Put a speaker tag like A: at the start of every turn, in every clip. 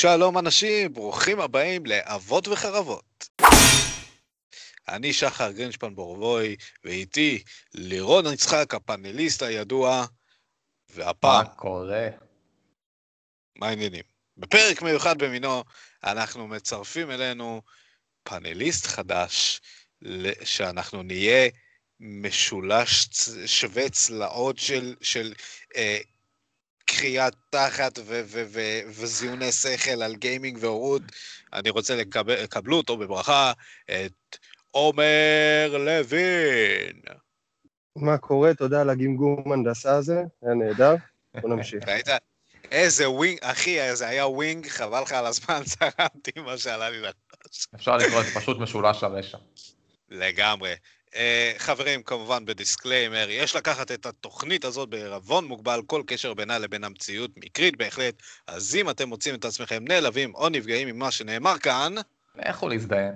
A: שלום אנשים, ברוכים הבאים לאבות וחרבות. אני שחר גרינשפן בורבוי, ואיתי לירון יצחק, הפאנליסט הידוע, והפעם...
B: מה קורה?
A: מה העניינים? בפרק מיוחד במינו, אנחנו מצרפים אלינו פאנליסט חדש, שאנחנו נהיה משולש שווה צלעות של קריאת תחת וזיוני שכל על גיימינג והורות. אני רוצה לקבלו אותו בברכה, את עומר לוין.
C: מה קורה? תודה על הגמגום הנדסה הזה, היה נהדר. בוא נמשיך.
A: ראית? איזה ווינג, אחי, זה היה ווינג, חבל לך על הזמן, צרמתי מה שעלה לי לראש.
B: אפשר לקרוא את זה פשוט משולש הרשע.
A: לגמרי. חברים, כמובן בדיסקליימר, יש לקחת את התוכנית הזאת בערבון מוגבל, כל קשר בינה לבין המציאות מקרית בהחלט, אז אם אתם מוצאים את עצמכם נעלבים או נפגעים ממה שנאמר כאן,
B: איך הוא להזדיין?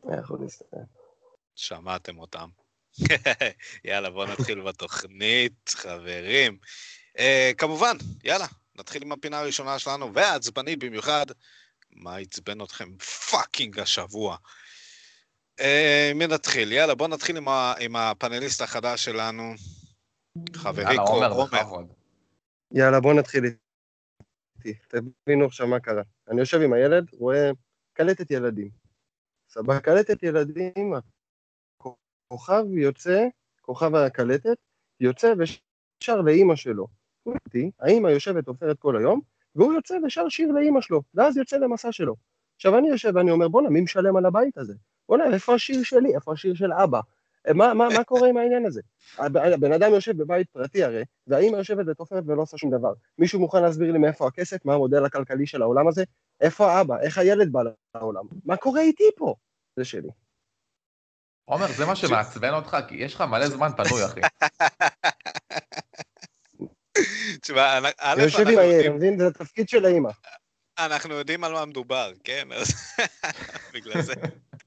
A: שמעתם אותם. יאללה, בואו נתחיל בתוכנית, חברים. כמובן, יאללה, נתחיל עם הפינה הראשונה שלנו, והעצבנית במיוחד, מה עצבן אתכם פאקינג השבוע. מי נתחיל? יאללה, בוא נתחיל עם הפאנליסט החדש שלנו, חברי עומר.
C: יאללה, בוא נתחיל איתי. תבינו עכשיו מה קרה. אני יושב עם הילד, רואה קלטת ילדים. סבבה, קלטת ילדים, כוכב יוצא, כוכב הקלטת, יוצא ושר לאמא שלו. האמא יושבת עופרת כל היום, והוא יוצא ושר שיר לאמא שלו, ואז יוצא למסע שלו. עכשיו אני יושב ואני אומר, בוא מי משלם על הבית הזה? בוא'נה, איפה השיר שלי? איפה השיר של אבא? מה קורה עם העניין הזה? הבן אדם יושב בבית פרטי הרי, והאמא יושבת ותופרת ולא עושה שום דבר. מישהו מוכן להסביר לי מאיפה הכסף? מה המודל הכלכלי של העולם הזה? איפה האבא? איך הילד בא לעולם? מה קורה איתי פה? זה שלי.
B: עומר, זה מה שמעצבן אותך? כי יש לך מלא זמן פנוי, אחי.
A: תשמע,
C: אני יושב עם הילד, מבין? זה התפקיד של האמא.
A: אנחנו יודעים על מה מדובר, כן? אז בגלל זה.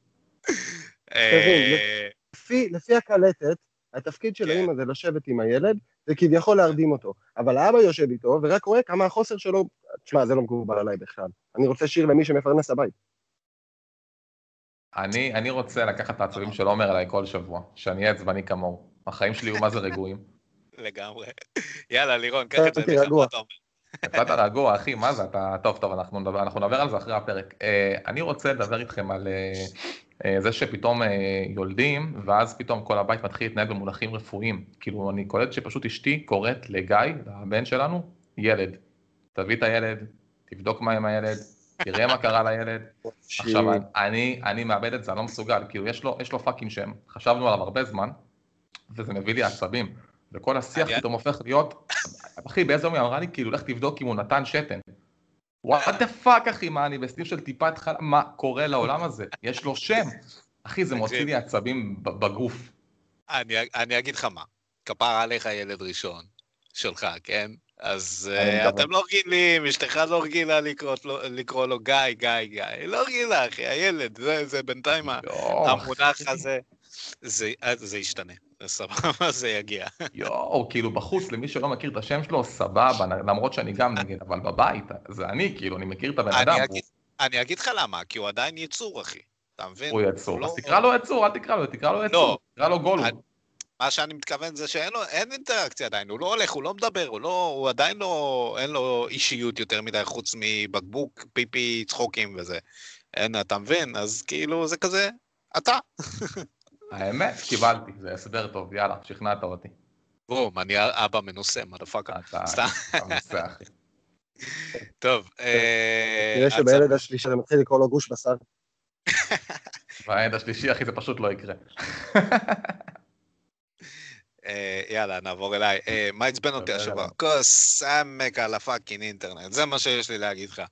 C: לפי הקלטת, התפקיד של האמא זה לשבת עם הילד, וכביכול להרדים אותו. אבל האבא יושב איתו, ורק רואה כמה החוסר שלו, תשמע, זה לא מקובל עליי בכלל. אני רוצה שיר למי שמפרנס הבית.
B: אני רוצה לקחת את העצבים של עומר עליי כל שבוע, שאני אהיה עצבני כמוהו. החיים שלי הוא מה זה רגועים.
A: לגמרי. יאללה, לירון, קח את זה לך, מה אתה אומר?
B: אתה רגוע, אחי, מה זה? טוב, אנחנו נדבר על זה אחרי הפרק. אני רוצה לדבר איתכם על זה שפתאום יולדים, ואז פתאום כל הבית מתחיל להתנהל במונחים רפואיים. כאילו, אני קולט שפשוט אשתי קוראת לגיא, לבן שלנו, ילד. תביא את הילד, תבדוק מה עם הילד, תראה מה קרה לילד. עכשיו, אני מאבד את זה, אני לא מסוגל, כאילו, יש לו פאקינג שם. חשבנו עליו הרבה זמן, וזה מביא לי עצבים. וכל השיח פתאום הופך להיות, אחי, באיזה יום היא אמרה לי, כאילו, לך תבדוק אם הוא נתן שתן. what the fuck, אחי, מה, אני בסניף של טיפת חלב, מה קורה לעולם הזה? יש לו שם. אחי, זה מוציא לי עצבים בגוף.
A: אני אגיד לך מה, כפר עליך ילד ראשון שלך, כן? אז אתם לא רגילים, אשתך לא רגילה לקרוא לו גיא. לא רגילה, אחי, הילד, זה בינתיים המונח הזה, זה ישתנה. סבבה, זה יגיע.
B: כאילו בחוץ, למי שלא מכיר את השם שלו, סבבה, למרות שאני גם נגד, אבל בבית, זה אני, כאילו, אני מכיר את הבן אדם.
A: אני אגיד לך למה, כי הוא עדיין יצור, אחי. אתה מבין?
B: הוא יצור, אז תקרא לו יצור, אל תקרא לו יצור, תקרא לו גולו.
A: מה שאני מתכוון זה שאין אינטראקציה עדיין, הוא לא הולך, הוא לא מדבר, הוא עדיין לא, אין לו אישיות יותר מדי חוץ מבקבוק, פיפי, צחוקים וזה. אין, אתה מבין? אז כאילו זה כזה, אתה.
B: האמת, קיבלתי, זה הסבר טוב, יאללה, שכנעת אותי.
A: בום, אני אבא מנוסה, מדפקה.
B: אתה מנוסה, אחי.
A: טוב.
C: תראה שבילד השלישי אתה מתחיל לקרוא לו גוש בשר.
B: והילד השלישי, אחי, זה פשוט לא יקרה.
A: יאללה, נעבור אליי. מה עצבן אותי השבוע? כוס עמק על הפאקינג אינטרנט, זה מה שיש לי להגיד לך.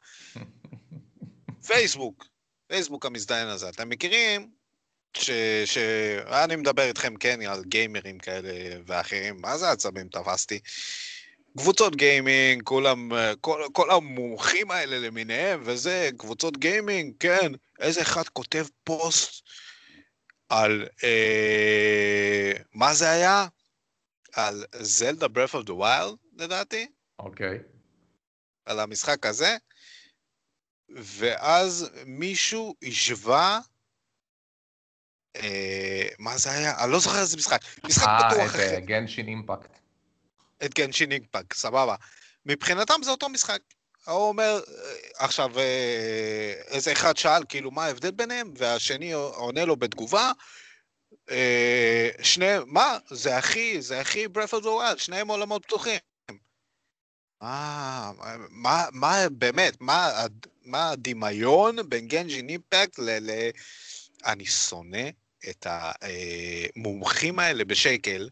A: פייסבוק המזדיין הזה, אתם מכירים? שאני מדבר איתכם, כן, על גיימרים כאלה ואחרים, מה זה עצבים תפסתי? קבוצות גיימינג, כל המומחים האלה למיניהם, וזה, קבוצות גיימינג, כן, איזה אחד כותב פוסט על, מה זה היה? על זלדה Breath of the Wild, לדעתי.
B: אוקיי.
A: על המשחק הזה, ואז מישהו השווה, מה זה היה? אני לא זוכר איזה משחק. משחק פתוח אחר.
B: את גנשין אימפקט.
A: את גנשין אימפקט, סבבה. מבחינתם זה אותו משחק. הוא אומר, עכשיו, איזה אחד שאל, כאילו, מה ההבדל ביניהם? והשני עונה לו בתגובה, מה? זה הכי Breath of the Wild, שניהם עולמות פתוחים. באמת, מה הדמיון בין גנשין אימפקט אני שונא את המומחים האלה בשקל,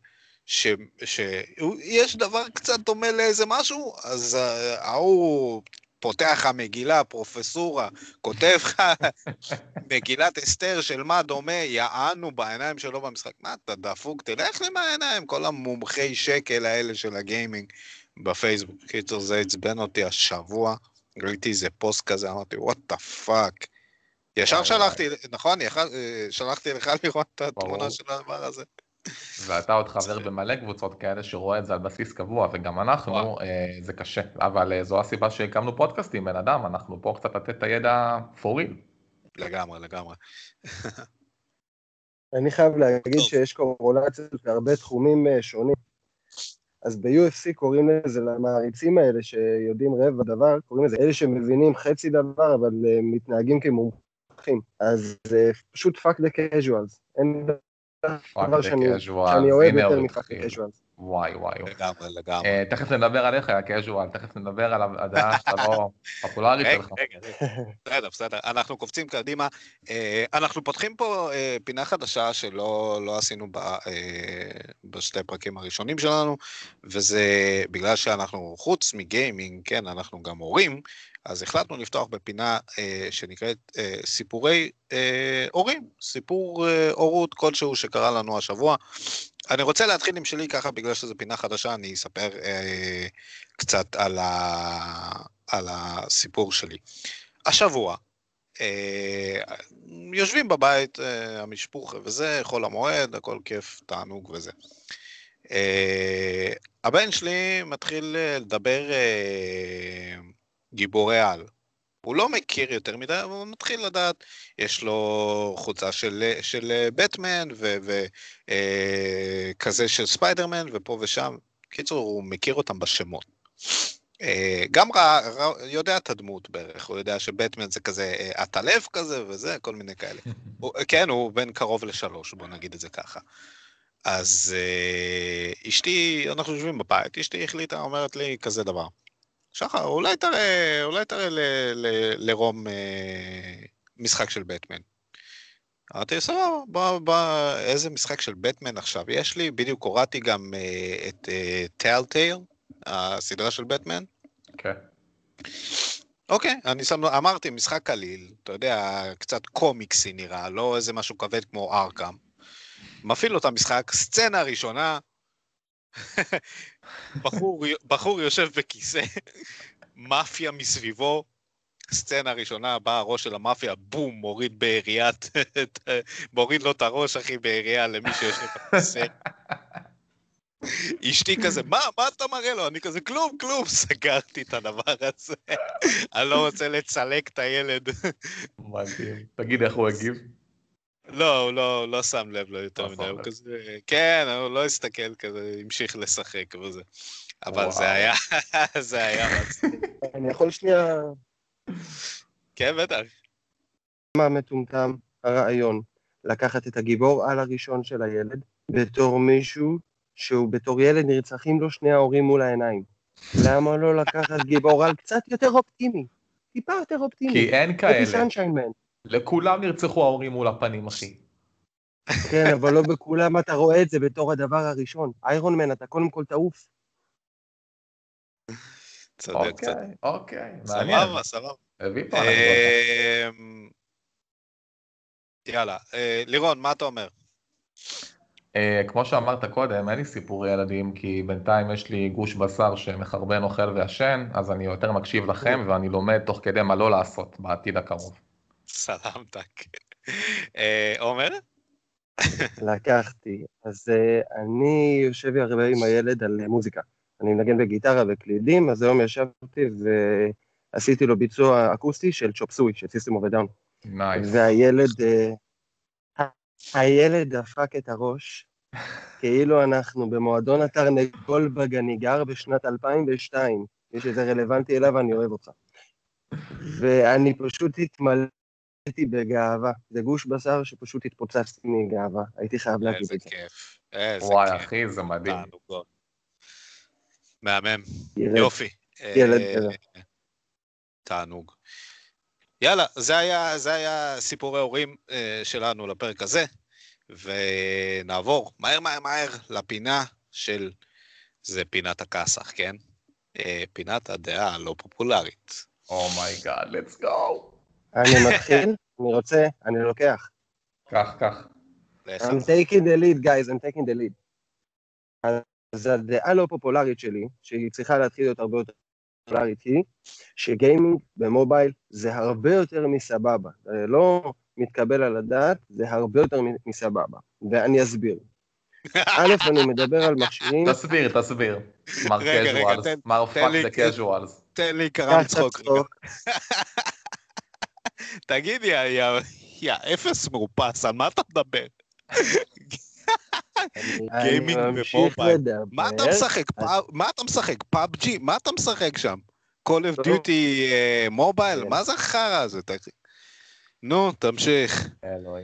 A: שיש דבר קצת דומה לאיזה משהו, אז הוא פותח המגילה, פרופסורה, כותב לך מגילת אסתר של מה דומה, יענו בעיניים שלו במשחק. מה אתה דפוק? תלך לי מהעיניים, כל המומחי שקל האלה של הגיימינג בפייסבוק. קיצור, זה עצבן אותי השבוע, ראיתי איזה פוסט כזה, אמרתי, what the fuck. ישר שלחתי, נכון? שלחתי לך לראות את התמונה של הדבר הזה.
B: ואתה עוד חבר במלא קבוצות כאלה שרואה את זה על בסיס קבוע, וגם אנחנו, זה קשה. אבל זו הסיבה שהקמנו פודקאסטים, בן אדם, אנחנו פה קצת לתת את הידע for real.
A: לגמרי.
C: אני חייב להגיד שיש קורולציות בהרבה תחומים שונים. אז ב-UFC קוראים לזה, למעריצים האלה שיודעים רבע דבר, קוראים לזה אלה שמבינים חצי דבר, אבל מתנהגים כמומחים. אז זה פשוט fuck the casuals. אין דבר שאני אוהב יותר מ-fuck the casuals.
B: וואי.
A: לגמרי.
B: תכף נדבר עליך, הקז'ואל, תכף נדבר על הדעה שאתה לא פופולרית שלך.
A: רגע, בסדר, אנחנו קופצים קדימה. אנחנו פותחים פה פינה חדשה שלא עשינו בשתי פרקים הראשונים שלנו, וזה בגלל שאנחנו חוץ מגיימינג, כן, אנחנו גם הורים, אז החלטנו לפתוח בפינה שנקראת סיפורי הורים, סיפור הורות כלשהו שקרה לנו השבוע. אני רוצה להתחיל עם שלי ככה, בגלל שזו פינה חדשה, אני אספר קצת על הסיפור שלי. השבוע, יושבים בבית, המשפוך וזה, חול המועד, הכל כיף, תענוג וזה. הבן שלי מתחיל לדבר גיבורי על. הוא לא מכיר יותר מדי, אבל הוא מתחיל לדעת, יש לו חולצה של בטמן, וכזה של ספיידרמן, ופה ושם. קיצור, הוא מכיר אותם בשמות. גם יודע את הדמות בערך, הוא יודע שבטמן זה כזה עטלף כזה, וזה, כל מיני כאלה. כן, הוא בן קרוב ל3, בוא נגיד את זה ככה. אז אשתי, אנחנו יושבים בבית, אשתי החליטה, אומרת לי כזה דבר. שחר, אולי תראה לרום משחק של בטמן. אמרתי, סבבה, איזה משחק של בטמן עכשיו יש לי? בדיוק קוראתי גם את טלטייל, הסדרה של בטמן.
B: כן.
A: אוקיי, אמרתי, משחק קליל, אתה יודע, קצת קומיקסי נראה, לא איזה משהו כבד כמו ארקאם. מפעיל אותה משחק, סצנה ראשונה, בחור יושב בכיסא, מאפיה מסביבו, סצנה ראשונה, בא הראש של המאפיה, בום, מוריד לו את הראש, אחי, בעירייה למי שיושב בכיסא. אשתי כזה, מה אתה מראה לו? אני כזה, כלום, סגרתי את הדבר הזה. אני לא רוצה לצלק את הילד.
B: מדהים. תגיד איך הוא הגיב?
A: לא, הוא לא שם לב לו יותר מדי, הוא כזה, כן, הוא לא הסתכל כזה, המשיך לשחק וזה. אבל זה היה מצחיק.
C: אני יכול שנייה...
A: כן, בטח.
C: מה מטומטם הרעיון? לקחת את הגיבור על הראשון של הילד, בתור מישהו שהוא בתור ילד נרצחים לו שני ההורים מול העיניים. למה לא לקחת גיבור על קצת יותר אופטימי? טיפה יותר אופטימי.
B: כי אין כאלה.
C: Sunshine Man.
B: לכולם נרצחו ההורים מול הפנים, אחי.
C: כן, אבל לא בכולם אתה רואה את זה בתור הדבר הראשון. איירון מן, אתה קודם כל תעוף.
A: צודק.
B: אוקיי.
A: סבבה.
B: הביא פה אנקדוטה.
A: יאללה, לירון, מה אתה אומר?
B: כמו שאמרת קודם, אין לי סיפורי ילדים, כי בינתיים יש לי גוש בשר שמחרבן אוכל וישן, אז אני יותר מקשיב לכם, ואני לומד תוך כדי מה לא לעשות בעתיד הקרוב.
A: סלמתק. עומר?
C: לקחתי. אז אני יושב הרבה עם הילד על מוזיקה. אני מנגן בגיטרה וקלידים, אז היום ישבתי עשיתי לו ביצוע אקוסטי של צ'ופסוי, של סיסטם אוף דאון.
B: נייס.
C: הילד דפק את הראש, כאילו אנחנו במועדון התרנגול בגניגר בשנת 2002. יש איזה רלוונטי אליו, אני אוהב אותך. ואני פשוט התמלאתי בגאווה. זה גוש בשר שפשוט התפוצצתי מגאווה. הייתי חייב להגיד את זה.
A: איזה כיף. איזה
B: וואי,
A: כיף.
B: אחי, זה מדהים.
A: תענוגות. מהמם.
C: ילד.
A: יופי.
C: ילד כזה.
A: תענוג. יאללה, זה היה סיפורי הורים שלנו לפרק הזה, ונעבור מהר לפינה של, זה פינת הכסח, כן? פינת הדעה הלא פופולרית.
B: אומייגאד, let's go.
C: אני מתחיל, אני לוקח.
B: כך.
C: I'm taking the lead, guys, I'm taking the lead. אז הדעה לא פופולרית שלי, שהיא צריכה להתחיל להיות הרבה יותר פופולרית, היא שגיימינג במובייל זה הרבה יותר מסבבה. זה לא מתקבל על הדעת, זה הרבה יותר מסבבה. ואני אסביר. א', אני מדבר על מכשירים...
B: תסביר. מר קז'ואלס, מר פאק דה קז'ואלס.
A: תן לי קרם צחוק. תגיד, יא אפס מאופס, על מה אתה מדבר? גיימינג ומובייל. מה אתה משחק? פאבג'י? מה אתה משחק שם? Call of Duty מובייל? מה זה החרא הזה? נו, תמשיך.
C: אלוהים.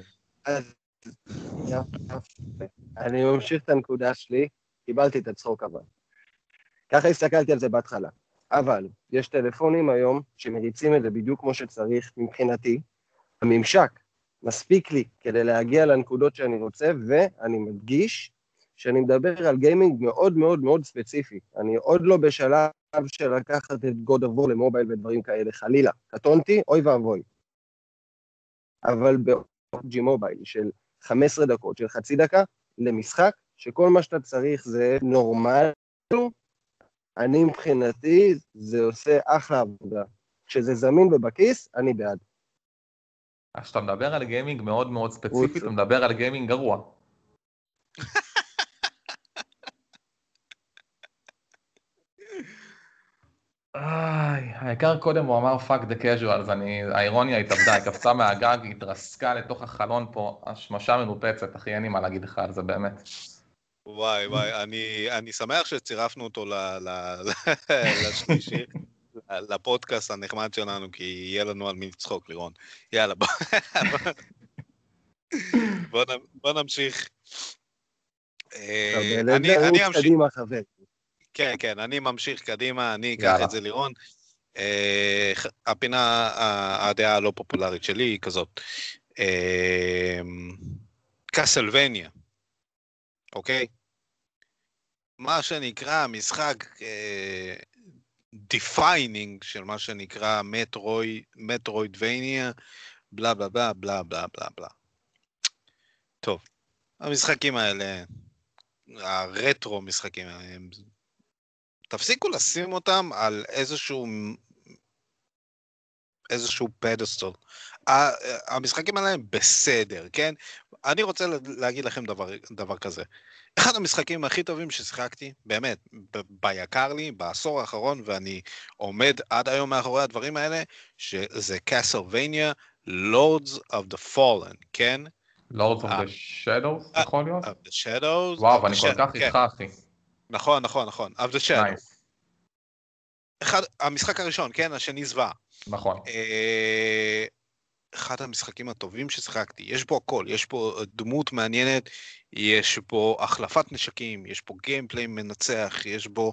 C: אני ממשיך את הנקודה שלי, קיבלתי את הצחוק אבל. ככה הסתכלתי על זה בהתחלה. אבל יש טלפונים היום שמריצים את זה בדיוק כמו שצריך מבחינתי. הממשק מספיק לי כדי להגיע לנקודות שאני רוצה, ואני מדגיש שאני מדבר על גיימינג מאוד מאוד מאוד ספציפי. אני עוד לא בשלב של לקחת את God of War למובייל ודברים כאלה, חלילה. קטונתי, אוי ואבוי. אבל ב-PUBG מובייל של 15 דקות, של חצי דקה, למשחק, שכל מה שאתה צריך זה נורמל, אני מבחינתי, זה עושה אחלה עבודה. כשזה זמין ובכיס, אני בעד.
B: אז שאתה מדבר על גיימינג מאוד מאוד ספציפי, אתה מדבר על גיימינג גרוע. העיקר קודם הוא אמר fuck the casual, אז האירוניה התאבדה, היא קפצה מהגג, היא התרסקה לתוך החלון פה, השמשה מנופצת, אחי, אין לי מה להגיד לך על זה באמת.
A: וואי, אני שמח שצירפנו אותו לשלישי, לפודקאסט הנחמד שלנו, כי יהיה לנו על מי לצחוק, לירון. יאללה, בוא נמשיך.
C: אני אמשיך.
A: כן, אני ממשיך קדימה, אני אקח את זה לירון. הפינה, הדעה הלא פופולרית שלי היא כזאת. קסלווניה. אוקיי? מה שנקרא משחק defining של מה שנקרא מטרוידבניה, בלה בלה בלה בלה בלה בלה בלה. טוב, המשחקים האלה, הרטרו משחקים האלה, תפסיקו לשים אותם על איזשהו פדסטל. המשחקים האלה הם בסדר, כן? אני רוצה להגיד לכם דבר כזה. אחד המשחקים הכי טובים ששיחקתי, באמת, ביקר לי, בעשור האחרון, ואני עומד עד היום מאחורי הדברים האלה, שזה Castlevania Lords of the Fallen, כן?
B: Lords of the Shadows, יכול להיות?
A: Of the Shadows.
B: וואו, אני כל כך איתך, אחי.
A: נכון, of the Shadows. המשחק הראשון, כן? השני זוועה.
B: נכון.
A: אחד המשחקים הטובים ששיחקתי, יש פה הכל, יש פה דמות מעניינת, יש פה החלפת נשקים, יש פה גיימפליי מנצח, יש בו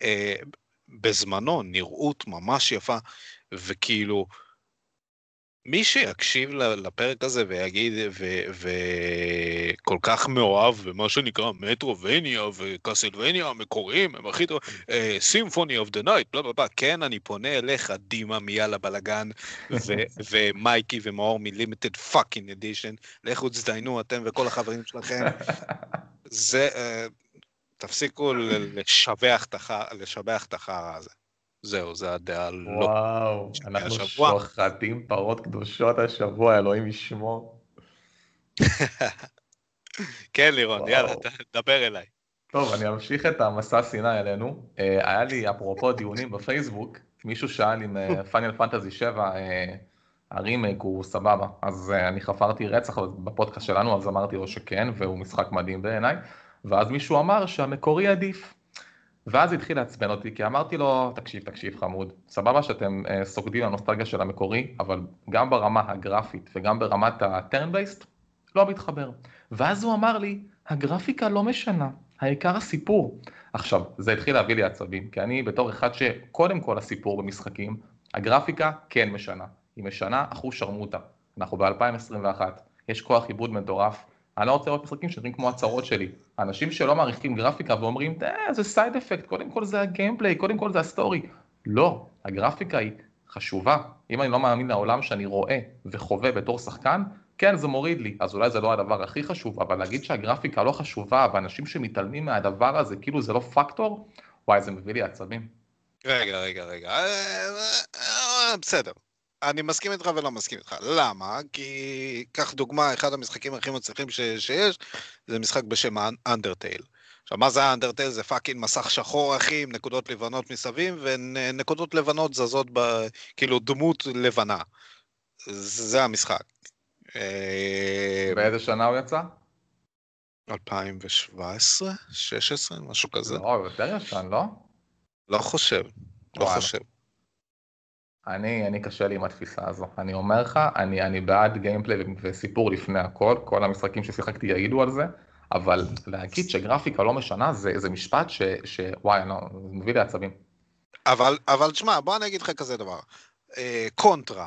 A: בזמנו נראות ממש יפה, וכאילו, מי שיקשיב לפרק הזה ויגיד, וכל כך מאוהב, ומה שנקרא מטרובניה וקסלווניה המקוריים, הם הכי טוב, סימפוני אוף דה נייט, בלה בלה בלה, כן, אני פונה אליך, דימה מיאלה בלגן, ומייקי ומאור מלימיטד פאקינג אדישן, לכו תזדיינו אתם וכל החברים שלכם, זה, תפסיקו לשבח את החרא הזה. זהו, זה הדעה לא.
B: וואו, אנחנו שוחטים פרות קדושות השבוע, אלוהים ישמור.
A: כן, לירון, יאללה, דבר אליי.
B: טוב, אני אמשיך את המסע סיני אלינו. היה לי, אפרופו דיונים בפייסבוק, מישהו שאל אם פיינל פנטזי 7, הרימייק הוא סבבה, אז אני חפרתי רצח בפודקאסט שלנו, אז אמרתי לו שכן, והוא משחק מדהים בעיניי, ואז מישהו אמר שהמקורי עדיף. ואז התחיל לעצבן אותי, כי אמרתי לו, תקשיב חמוד, סבבה שאתם סוגדים לנוסטלגיה של המקורי, אבל גם ברמה הגרפית וגם ברמת ה-turn based, לא מתחבר. ואז הוא אמר לי, הגרפיקה לא משנה, העיקר הסיפור. עכשיו, זה התחיל להביא לי עצבים, כי אני בתור אחד שקודם כל הסיפור במשחקים, הגרפיקה כן משנה. היא משנה אחוז שרמוטה. אנחנו ב-2021, יש כוח עיבוד מטורף, אני לא רוצה לראות משחקים שנראים כמו הצהרות שלי. אנשים שלא מעריכים גרפיקה ואומרים, זה סייד אפקט, קודם כל זה הגיימפליי, קודם כל זה הסטורי. לא, הגרפיקה היא חשובה. אם אני לא מאמין לעולם שאני רואה וחווה בתור שחקן, כן, זה מוריד לי. אז אולי זה לא הדבר הכי חשוב, אבל להגיד שהגרפיקה לא חשובה, ואנשים שמתעלמים מהדבר הזה, כאילו זה לא פקטור, וואי, זה מביא לי עצבים.
A: רגע. בסדר. אני מסכים איתך ולא מסכים איתך. למה? כי, קח דוגמה, אחד המשחקים הכי מצליחים שיש, זה משחק בשם אנדרטייל. עכשיו, מה זה אנדרטייל? זה פאקינג מסך שחור, אחי, עם נקודות לבנות מסביב, ונקודות לבנות זזות כאילו דמות לבנה. זה המשחק.
B: באיזה שנה הוא יצא?
A: 2017? 16? משהו כזה?
B: לא, יותר ישן, לא?
A: לא חושב.
B: אני קשה לי עם התפיסה הזו, אני אומר לך, אני בעד גיימפליי וסיפור לפני הכל, כל המשחקים ששיחקתי יעידו על זה, אבל להגיד שגרפיקה לא משנה, זה משפט שוואי, לא, זה מביא לי עצבים.
A: אבל תשמע, בוא אני אגיד לך כזה דבר, קונטרה,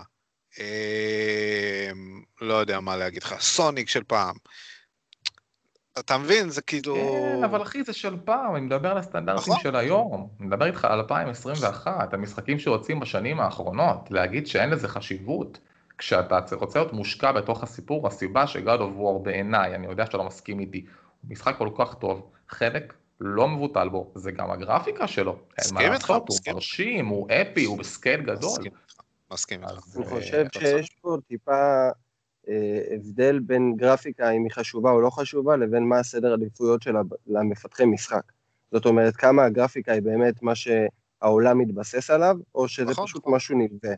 A: לא יודע מה להגיד לך, סוניק של פעם, אתה מבין, זה כאילו...
B: כן, אבל אחי, זה של פעם, אני מדבר על הסטנדרטים של היום, אני מדבר איתך על 2021, המשחקים שיוצאים בשנים האחרונות, להגיד שאין לזה חשיבות, כשאתה רוצה להיות מושקע בתוך הסיפור, הסיבה ש-God of War בעיניי, אני יודע שאתה לא מסכים איתי, הוא משחק כל כך טוב, חלק לא מבוטל בו, זה גם הגרפיקה שלו, אין מה לעשות, הוא מרשים, הוא אפי, הוא בסקייל גדול.
A: מסכים איתך.
C: אני חושב שיש פה טיפה הבדל בין גרפיקה, אם היא חשובה או לא חשובה, לבין מה הסדר העדיפויות שלה למפתחי משחק. זאת אומרת, כמה הגרפיקה היא באמת מה שהעולם מתבסס עליו, או שזה פשוט משהו נלווה.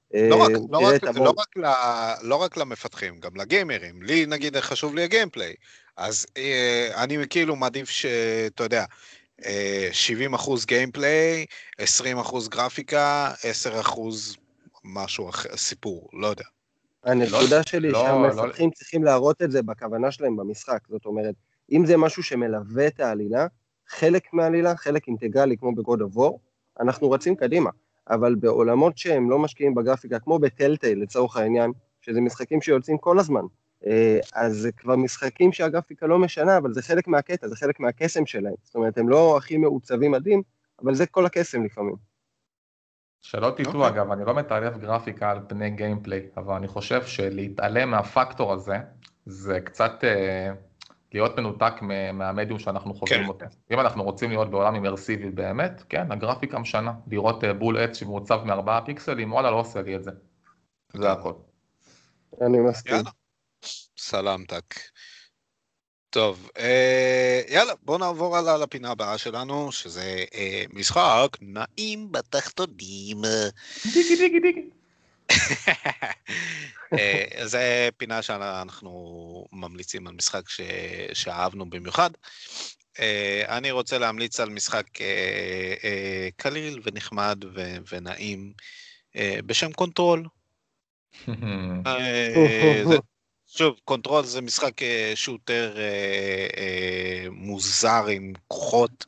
A: לא רק למפתחים, גם לגיימרים. לי, נגיד, חשוב לי הגיימפליי. אז אני כאילו מעדיף שאתה יודע, 70% גיימפליי, 20% גרפיקה, 10% משהו אחר, סיפור, לא יודע.
C: הנקודה שלי שהמפתחים צריכים להראות את זה בכוונה שלהם במשחק. זאת אומרת, אם זה משהו שמלווה את העלילה, חלק מהעלילה, חלק אינטגרלי כמו בגוד אוף וור, אנחנו רצים קדימה. אבל בעולמות שהם לא משקיעים בגרפיקה, כמו בטלטייל לצורך העניין, שזה משחקים שיוצאים כל הזמן, אז זה כבר משחקים שהגרפיקה לא משנה, אבל זה חלק מהקטע, זה חלק מהקסם שלהם. זאת אומרת, הם לא הכי מעוצבים מדהים, אבל זה כל הקסם לפעמים.
B: שלא תטעו אגב, אני לא מתעלף גרפיקה על פני גיימפליי, אבל אני חושב שלהתעלם מהפקטור הזה, זה קצת להיות מנותק מהמדיום שאנחנו חווים אותו. אם אנחנו רוצים להיות בעולם אימרסיבי באמת, כן, הגרפיקה משנה. לראות בול עץ שמעוצב מ4 פיקסלים, וואלה, לא עושה לי את זה. זה הכל.
C: אני מסכים.
A: סלמתק. טוב, יאללה, בואו נעבור על הפינה הבאה שלנו, שזה משחק נעים בתחתונים.
B: דיגי.
A: זה פינה שאנחנו ממליצים על משחק שאהבנו במיוחד. אני רוצה להמליץ על משחק קליל ונחמד ונעים בשם קונטרול. שוב, קונטרול זה משחק שוטר מוזר עם כוחות.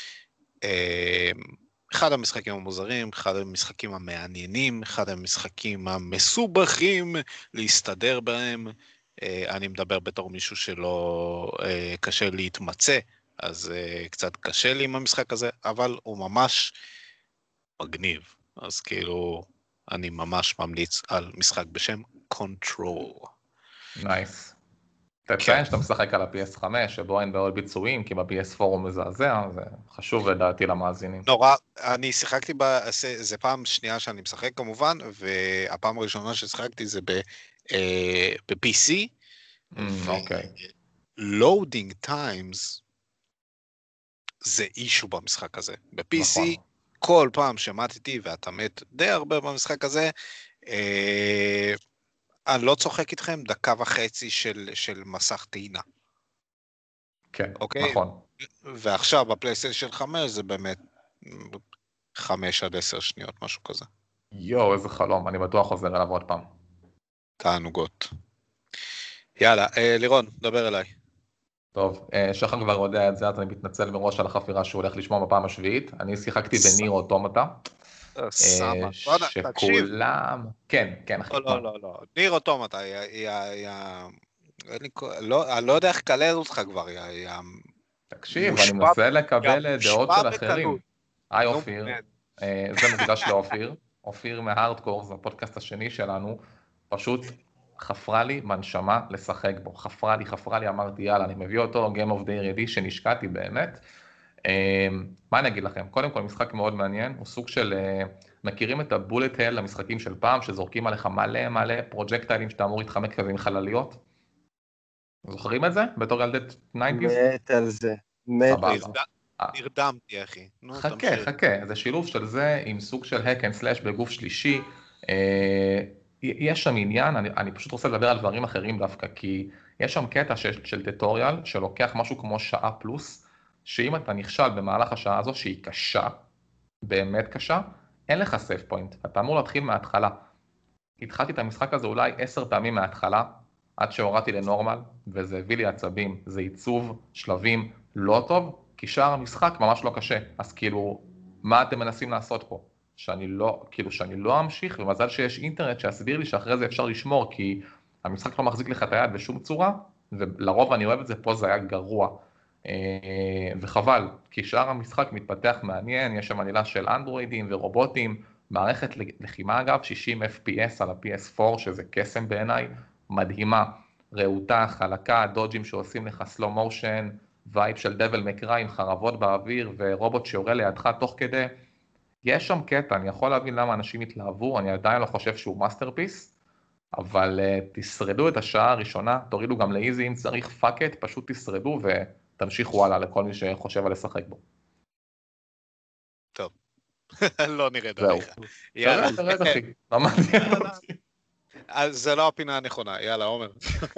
A: אחד המשחקים המוזרים, אחד המשחקים המעניינים, אחד המשחקים המסובכים להסתדר בהם. אני מדבר בתור מישהו שלא קשה להתמצא, אז קצת קשה לי עם המשחק הזה, אבל הוא ממש מגניב. אז כאילו, אני ממש ממליץ על משחק בשם קונטרול.
B: נייס. תציין שאתה משחק על ה-PS5, שבו אין בעוד ביצועים, כי ב-PS4 הוא מזעזע, זה חשוב לדעתי למאזינים.
A: נורא, אני שיחקתי, זה פעם שנייה שאני משחק כמובן, והפעם הראשונה ששיחקתי זה ב-PC,
B: אוקיי.
A: loading times זה אישו במשחק הזה. ב-PC כל פעם שמעתי, ואתה מת די הרבה במשחק הזה, אני לא צוחק איתכם, 1.5 של מסך טעינה.
B: כן,
A: אוקיי?
B: נכון.
A: ועכשיו בפלייסטיישן 5 זה באמת 5 עד 10 שניות, משהו כזה.
B: יואו, איזה חלום, אני בטוח חוזר אליו עוד פעם.
A: תענוגות. יאללה, לירון, דבר אליי.
B: טוב, שחר כבר יודע את זה, אז אני מתנצל מראש על החפירה שהוא הולך לשמוע בפעם השביעית. אני שיחקתי בניר אוטומטה.
A: סמה. תקשיב.
B: שכולם... כן, כן, אחי.
A: לא. ניר אוטומטה, אני לא יודע איך לקלל אותך כבר,
B: תקשיב, אני מנסה לקבל דעות של אחרים. היי אופיר, זה מוקדש לאופיר. אופיר מהארדקור, זה הפודקאסט השני שלנו, פשוט חפרה לי מנשמה לשחק בו. חפרה לי, אמרתי יאללה, אני מביא אותו Game of the Year Edition, שנשקעתי באמת. מה אני אגיד לכם? קודם כל, משחק מאוד מעניין, הוא סוג של, מכירים את הבולט הל למשחקים של פעם, שזורקים עליך מלא פרוג'קטיילים שאתה אמור להתחמק כזה עם חלליות? זוכרים את זה? בתור ילדי 90s?
C: מת על זה.
A: נרדמתי, אחי.
B: חכה, זה שילוב של זה עם סוג של hack and slash בגוף שלישי. יש שם עניין, אני פשוט רוצה לדבר על דברים אחרים דווקא, כי יש שם קטע של טוטוריאל שלוקח משהו כמו שעה פלוס, שאם אתה נכשל במהלך השעה הזו, שהיא קשה, באמת קשה, אין לך סייף פוינט, אתה אמור להתחיל מההתחלה. התחלתי את המשחק הזה אולי 10 פעמים מההתחלה, עד שהורדתי לנורמל, וזה הביא לי עצבים, זה עיצוב שלבים לא טוב, כי שאר המשחק ממש לא קשה. אז כאילו, מה אתם מנסים לעשות פה? שאני לא אמשיך, ומזל שיש אינטרנט שיסביר לי שאחרי זה אפשר לשמור, כי המשחק לא מחזיק לך את היד בשום צורה, ולרוב אני אוהב את זה, פה זה היה גרוע. וחבל, כי שאר המשחק מתפתח מעניין, יש שם עלילה של אנדרואידים ורובוטים, מערכת לחימה אגב, 60 FPS על ה-PS4, שזה קסם בעיניי, מדהימה, רעותה, חלקה, דודג'ים שעושים לך סלו מושן, וייב של דבל מקראי עם חרבות באוויר ורובוט שיורה לידך תוך כדי. יש שם קטע, אני יכול להבין למה אנשים התלהבו, אני עדיין לא חושב שהוא מאסטרפיס, אבל תשרדו את השעה הראשונה, תורידו גם לאיזי אם צריך פאקט, פשוט תשרדו ותמשיכו הלאה לכל מי שחושב על לשחק בו.
A: טוב, לא נרד עליך.
B: תרד אחי,
A: אז זה לא הפינה הנכונה, יאללה עומר.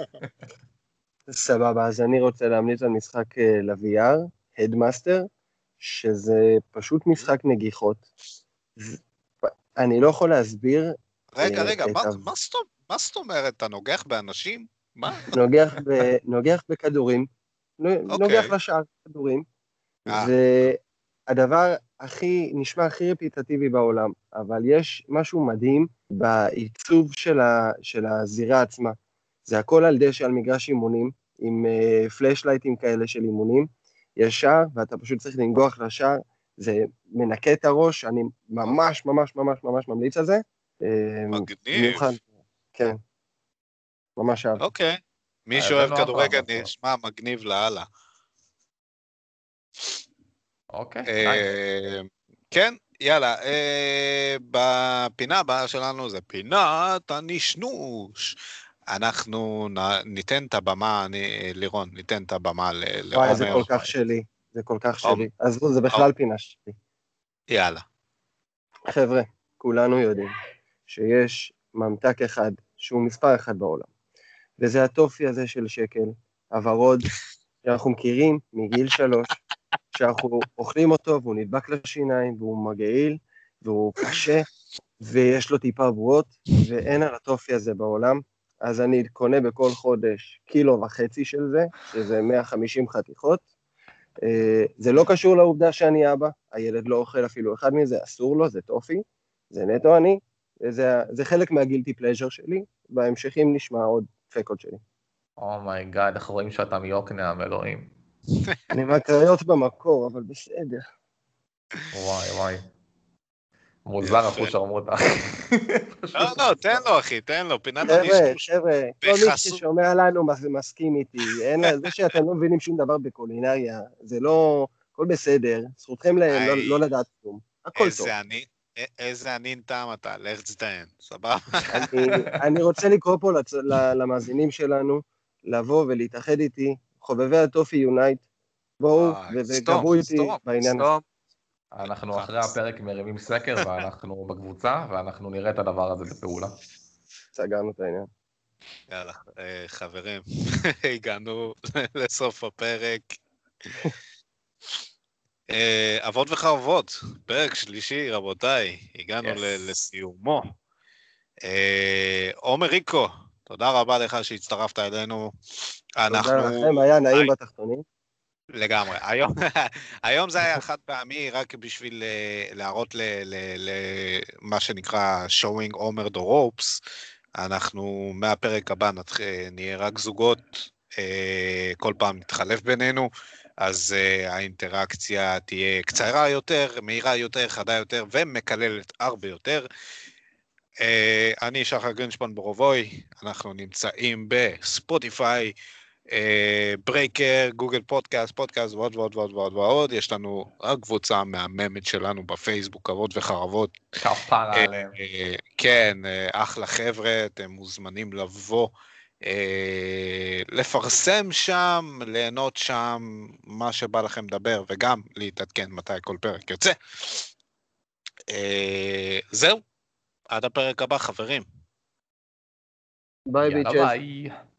C: סבבה, אז אני רוצה להמליץ על משחק ל-VR, Headmaster, שזה פשוט משחק נגיחות. אני לא יכול להסביר...
A: רגע, מה זאת אומרת? אתה נוגח באנשים? מה?
C: נוגח בכדורים, נוגח לשאר כדורים, והדבר נשמע הכי רפיטטיבי בעולם, אבל יש משהו מדהים בעיצוב של הזירה עצמה. זה הכל על דשא, על מגרש אימונים, עם פלאשלייטים כאלה של אימונים, יש שער, ואתה פשוט צריך לנגוח לשער, זה מנקה את הראש, אני ממש ממליץ על זה.
A: מגניב.
C: כן, ממש אהב.
A: אוקיי, מי שאוהב כדורגל נשמע מגניב להלאה.
B: אוקיי.
A: כן, יאללה, בפינה הבאה שלנו זה פינת הנשנוש. אנחנו ניתן את הבמה, לירון, ניתן את הבמה לעומר.
C: זה כל כך שלי, זה כל כך שלי. אז זה בכלל פינה שלי.
A: יאללה.
C: חבר'ה, כולנו יודעים שיש ממתק אחד שהוא מספר אחד בעולם, וזה הטופי הזה של שקל, הוורוד, שאנחנו מכירים מגיל 3, שאנחנו אוכלים אותו והוא נדבק לשיניים, והוא מגעיל, והוא קשה, ויש לו טיפה בועות, ואין על הטופי הזה בעולם. אז אני קונה בכל חודש 1.5 קילו של זה, שזה 150 חתיכות. זה לא קשור לעובדה שאני אבא, הילד לא אוכל אפילו אחד מזה, אסור לו, זה טופי, זה נטו אני, זה חלק מהגילטי פלז'ר שלי, בהמשכים נשמע עוד פקות שלי.
B: אומייגאד, אנחנו רואים שאתה מיוקנעם, אלוהים.
C: אני מהקריות במקור, אבל בסדר.
B: וואי. מוזר אחוז שרמוטה.
A: לא, תן לו אחי, תן לו, פינת הנשנוש.
C: חבר'ה, כל מי ששומע לנו מסכים איתי, זה שאתם לא מבינים שום דבר בקולינריה, זה לא, הכל בסדר, זכותכם לא לדעת כלום, הכל טוב.
A: איזה ענין טעם אתה, לך תזדיין, סבבה?
C: אני רוצה לקרוא פה למאזינים שלנו, לבוא ולהתאחד איתי, חובבי הטופי יונייט, בואו וגבו איתי בעניין הזה.
B: אנחנו אחרי הפרק מרימים סקר, ואנחנו בקבוצה, ואנחנו נראה את הדבר הזה בפעולה.
C: סגרנו את העניין.
A: יאללה, חברים, הגענו לסוף הפרק. אבות וחרבות, פרק שלישי, רבותיי, הגענו לסיומו. עומר ריקו, תודה רבה לך שהצטרפת אלינו.
C: תודה לכם, היה נעים בתחתונים.
A: לגמרי. היום זה היה חד פעמי, רק בשביל להראות למה שנקרא showing עומר the ropes. אנחנו מהפרק הבא נהיה רק זוגות, כל פעם נתחלף בינינו, אז האינטראקציה תהיה קצרה יותר, מהירה יותר, חדה יותר ומקללת הרבה יותר. אני שחר גרינשפן ברובוי, אנחנו נמצאים בספוטיפיי, ברייקר, גוגל פודקאסט, ועוד ועוד ועוד ועוד ועוד. יש לנו הקבוצה מהממת שלנו בפייסבוק, אבות וחרבות.
B: כפרה עליהם.
A: כן, אחלה חבר'ה, אתם מוזמנים לבוא, לפרסם שם, ליהנות שם, מה שבא לכם לדבר, וגם להתעדכן מתי כל פרק יוצא. זהו, עד הפרק הבא, חברים.
C: ביי ביי,
B: יאללה ביי.